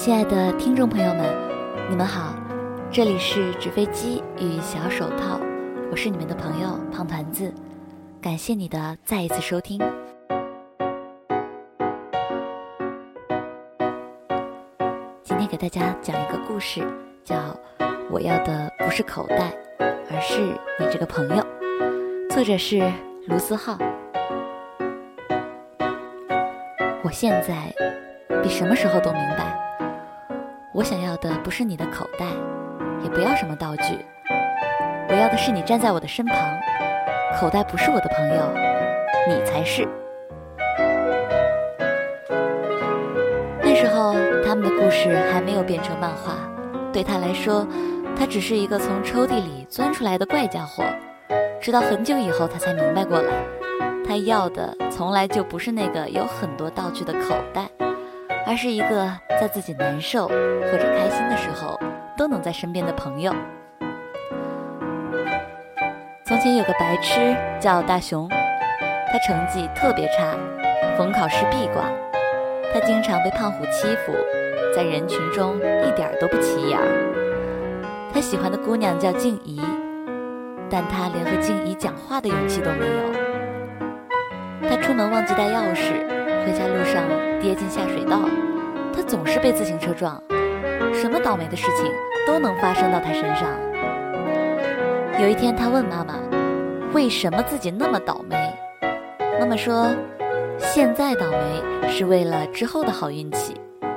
亲爱的听众朋友们，你们好，这里是纸飞机与小手套，我是你们的朋友胖团子，感谢你的再一次收听。今天给大家讲一个故事，叫我要的不是口袋，而是你这个朋友，作者是卢思浩。我现在比什么时候都明白，我想要的不是你的口袋，也不要什么道具，我要的是你站在我的身旁。口袋不是我的朋友，你才是。那时候他们的故事还没有变成漫画，对他来说，他只是一个从抽屉里钻出来的怪家伙。直到很久以后他才明白过来，他要的从来就不是那个有很多道具的口袋，而是一个在自己难受或者开心的时候都能在身边的朋友。从前有个白痴叫大熊，他成绩特别差，逢考试必挂，他经常被胖虎欺负，在人群中一点都不起眼。他喜欢的姑娘叫静怡，但他连和静怡讲话的勇气都没有。他出门忘记带钥匙，回家路上跌进下水道，他总是被自行车撞，什么倒霉的事情都能发生到他身上。有一天他问妈妈，为什么自己那么倒霉？妈妈说，现在倒霉是为了之后的好运气。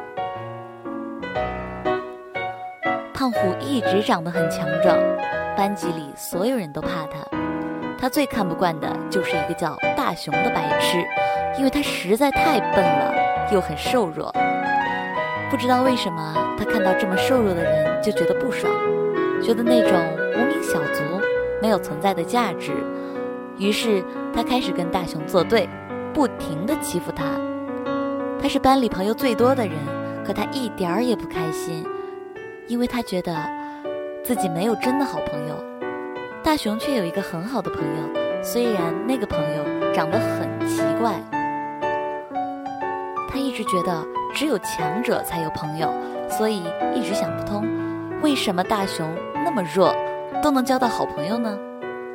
胖虎一直长得很强壮，班级里所有人都怕他。他最看不惯的就是一个叫大熊的白痴，因为他实在太笨了，又很瘦弱。不知道为什么，他看到这么瘦弱的人就觉得不爽，觉得那种无名小卒没有存在的价值。于是他开始跟大熊作对，不停地欺负他。他是班里朋友最多的人，可他一点儿也不开心，因为他觉得自己没有真的好朋友。大熊却有一个很好的朋友，虽然那个朋友长得很奇怪。他一直觉得只有强者才有朋友，所以一直想不通，为什么大熊那么弱都能交到好朋友呢？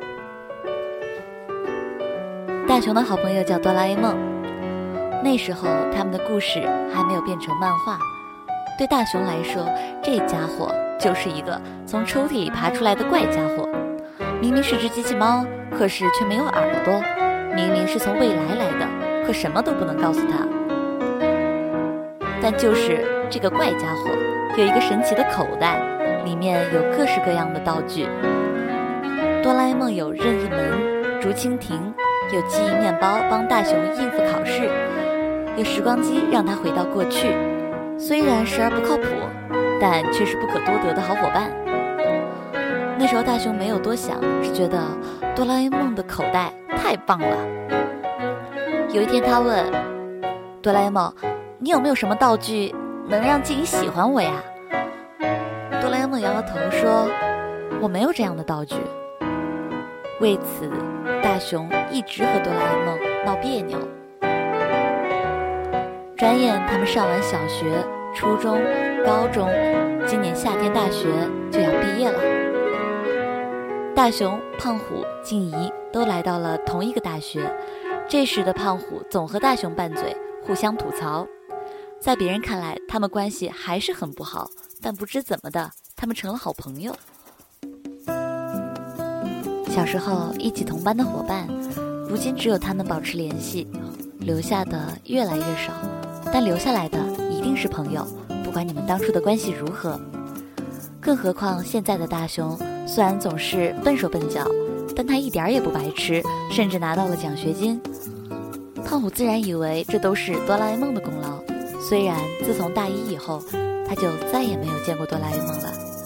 大熊的好朋友叫哆啦 A 梦，那时候他们的故事还没有变成漫画。对大熊来说，这家伙就是一个从抽屉里爬出来的怪家伙。明明是只机器猫，可是却没有耳朵；明明是从未来来的，可什么都不能告诉他。但就是这个怪家伙有一个神奇的口袋，里面有各式各样的道具。哆啦 A 梦有任意门、竹蜻蜓，有记忆面包帮大熊应付考试，有时光机让他回到过去。虽然时而不靠谱，但却是不可多得的好伙伴。那时候大熊没有多想，只觉得哆啦 A 梦的口袋太棒了。有一天他问哆啦 A 梦，你有没有什么道具能让静怡喜欢我呀？哆啦 A 梦摇摇头说，我没有这样的道具。为此大熊一直和哆啦 A 梦闹别扭。转眼他们上完小学、初中、高中，今年夏天大学就要毕业了。大熊、胖虎、静怡都来到了同一个大学，这时的胖虎总和大熊拌嘴，互相吐槽。在别人看来，他们关系还是很不好，但不知怎么的，他们成了好朋友。小时候一起同班的伙伴，如今只有他们保持联系，留下的越来越少，但留下来的一定是朋友，不管你们当初的关系如何。更何况现在的大熊虽然总是笨手笨脚，但他一点也不白痴，甚至拿到了奖学金。胖虎自然以为这都是哆啦 A 梦的功劳，虽然自从大一以后，他就再也没有见过哆啦 A 梦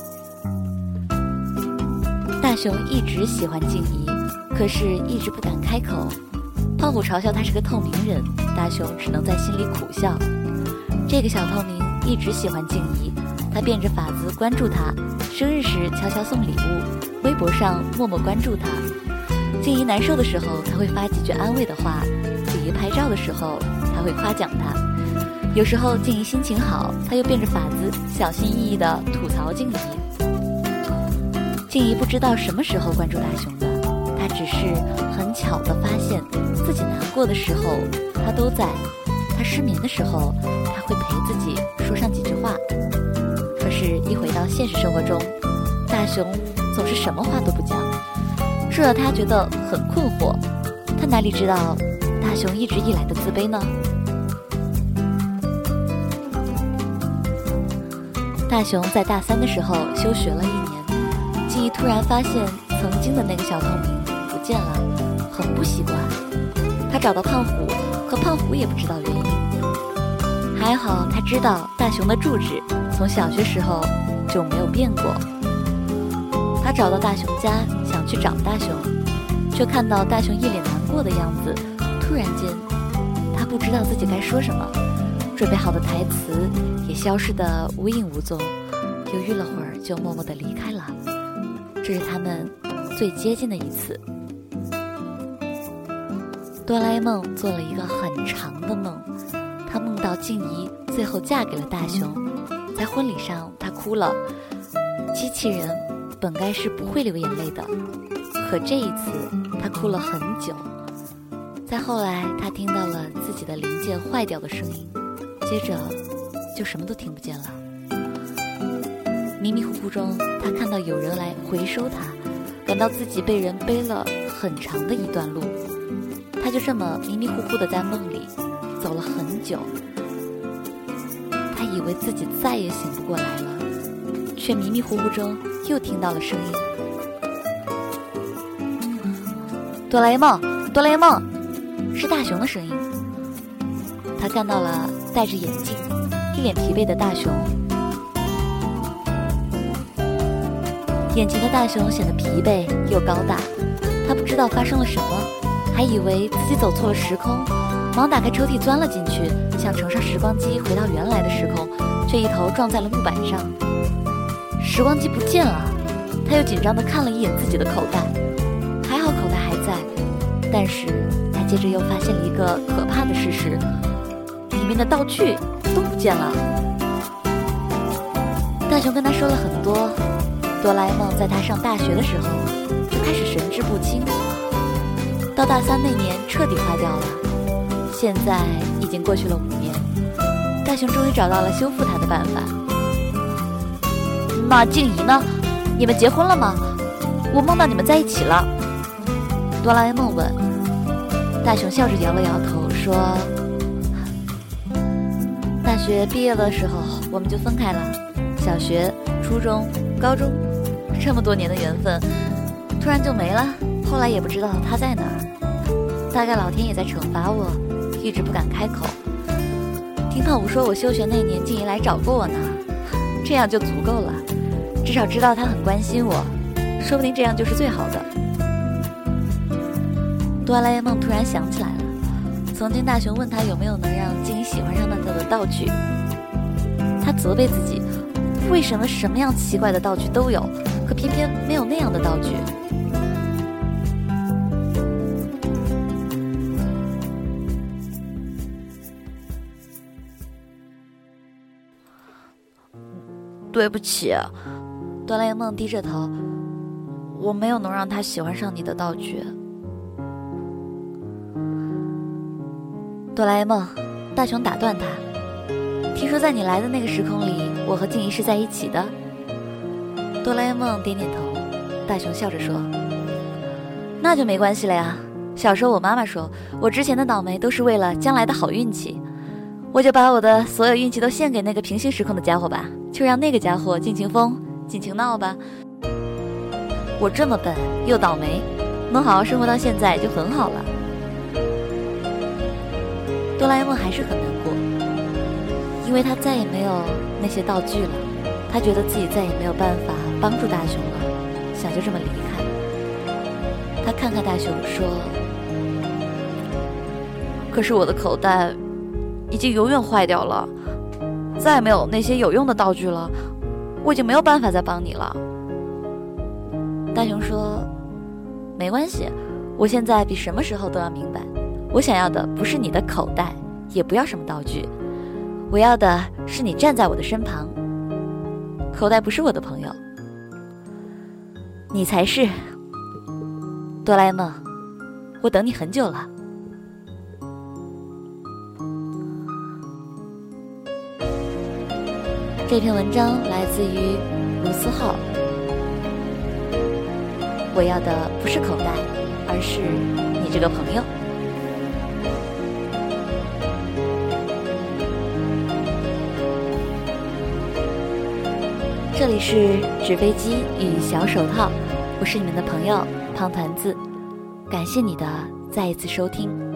了。大熊一直喜欢静怡，可是一直不敢开口。胖虎嘲笑他是个透明人，大熊只能在心里苦笑。这个小透明一直喜欢静怡，他变着法子关注她，生日时悄悄送礼物，微博上默默关注她。静怡难受的时候，他会发几句安慰的话；静怡拍照的时候，他会夸奖她。 有时候静怡心情好，他又变着法子小心翼翼地吐槽静怡。静怡不知道什么时候关注大雄的，他只是很巧地发现自己难过的时候他都在，他失眠的时候他会陪自己说上几句话。可是一回到现实生活中，大雄总是什么话都不讲，这让他觉得很困惑。他哪里知道大雄一直以来的自卑呢？大雄在大3的时候休学了1年，静怡突然发现曾经的那个小透明不见了，很不习惯。他找到胖虎，可胖虎也不知道原因。还好他知道大雄的住址从小学时候就没有变过。他找到大雄家，想去找大雄，却看到大雄一脸难过的样子。突然间，他不知道自己该说什么，准备好的台词也消失得无影无踪，犹豫了会儿就默默地离开了。这是他们最接近的一次。哆啦 A 梦做了一个很长的梦，他梦到静怡最后嫁给了大雄，在婚礼上他哭了。机器人本该是不会流眼泪的，可这一次他哭了很久。再后来他听到了自己的零件坏掉的声音，接着就什么都听不见了。迷迷糊糊中他看到有人来回收他，感到自己被人背了很长的一段路。他就这么迷迷糊糊地在梦里走了很久。他以为自己再也醒不过来了，却迷迷糊糊中又听到了声音。哆啦 A 梦，哆啦 A 梦，是大雄的声音。他看到了戴着眼镜一脸疲惫的大雄。眼前的大雄显得疲惫又高大，他不知道发生了什么，还以为自己走错了时空，忙打开抽屉钻了进去，想乘上时光机回到原来的时空，却一头撞在了木板上。时光机不见了，他又紧张地看了一眼自己的口袋，还好口袋还在，但是他接着又发现了一个可怕的事实，里面的道具都不见了。大雄跟他说了很多，哆啦 A 梦在他上大学的时候就开始神志不清，到大3那年彻底坏掉了。现在已经过去了5年，大雄终于找到了修复他的办法。那静怡呢？你们结婚了吗？我梦到你们在一起了。哆啦 A 梦问。大雄笑着摇了摇头说，大学毕业的时候我们就分开了，小学、初中、高中，这么多年的缘分突然就没了，后来也不知道他在哪儿。大概老天也在惩罚我，一直不敢开口。听胖虎说我休学那年静怡来找过我呢，这样就足够了，至少知道他很关心我，说不定这样就是最好的。哆啦 A 梦突然想起来了，曾经大雄问他有没有能让静怡喜欢上他的道具，他责备自己，为什么什么样奇怪的道具都有，可偏偏没有那样的道具。对不起，哆啦 A 梦低着头，我没有能让他喜欢上你的道具。哆啦 A 梦，大雄打断他，听说在你来的那个时空里，我和静怡是在一起的。哆啦 A 梦点点头，大雄笑着说，那就没关系了呀。小时候我妈妈说，我之前的倒霉都是为了将来的好运气，我就把我的所有运气都献给那个平行时空的家伙吧，就让那个家伙尽情疯尽情闹吧。我这么笨又倒霉，能好好生活到现在就很好了。哆啦 A 梦还是很难过，因为他再也没有那些道具了，他觉得自己再也没有办法帮助大雄了，想就这么离开。他看看大雄说，可是我的口袋已经永远坏掉了，再也没有那些有用的道具了，我已经没有办法再帮你了。大雄说，没关系，我现在比什么时候都要明白，我想要的不是你的口袋，也不要什么道具， 我要的是你站在我的身旁。口袋不是我的朋友，你才是。哆啦 A 梦，我等你很久了。这篇文章来自于卢思浩。我要的不是口袋，而是你这个朋友。这里是纸飞机与小手套，我是你们的朋友胖团子，感谢你的再一次收听。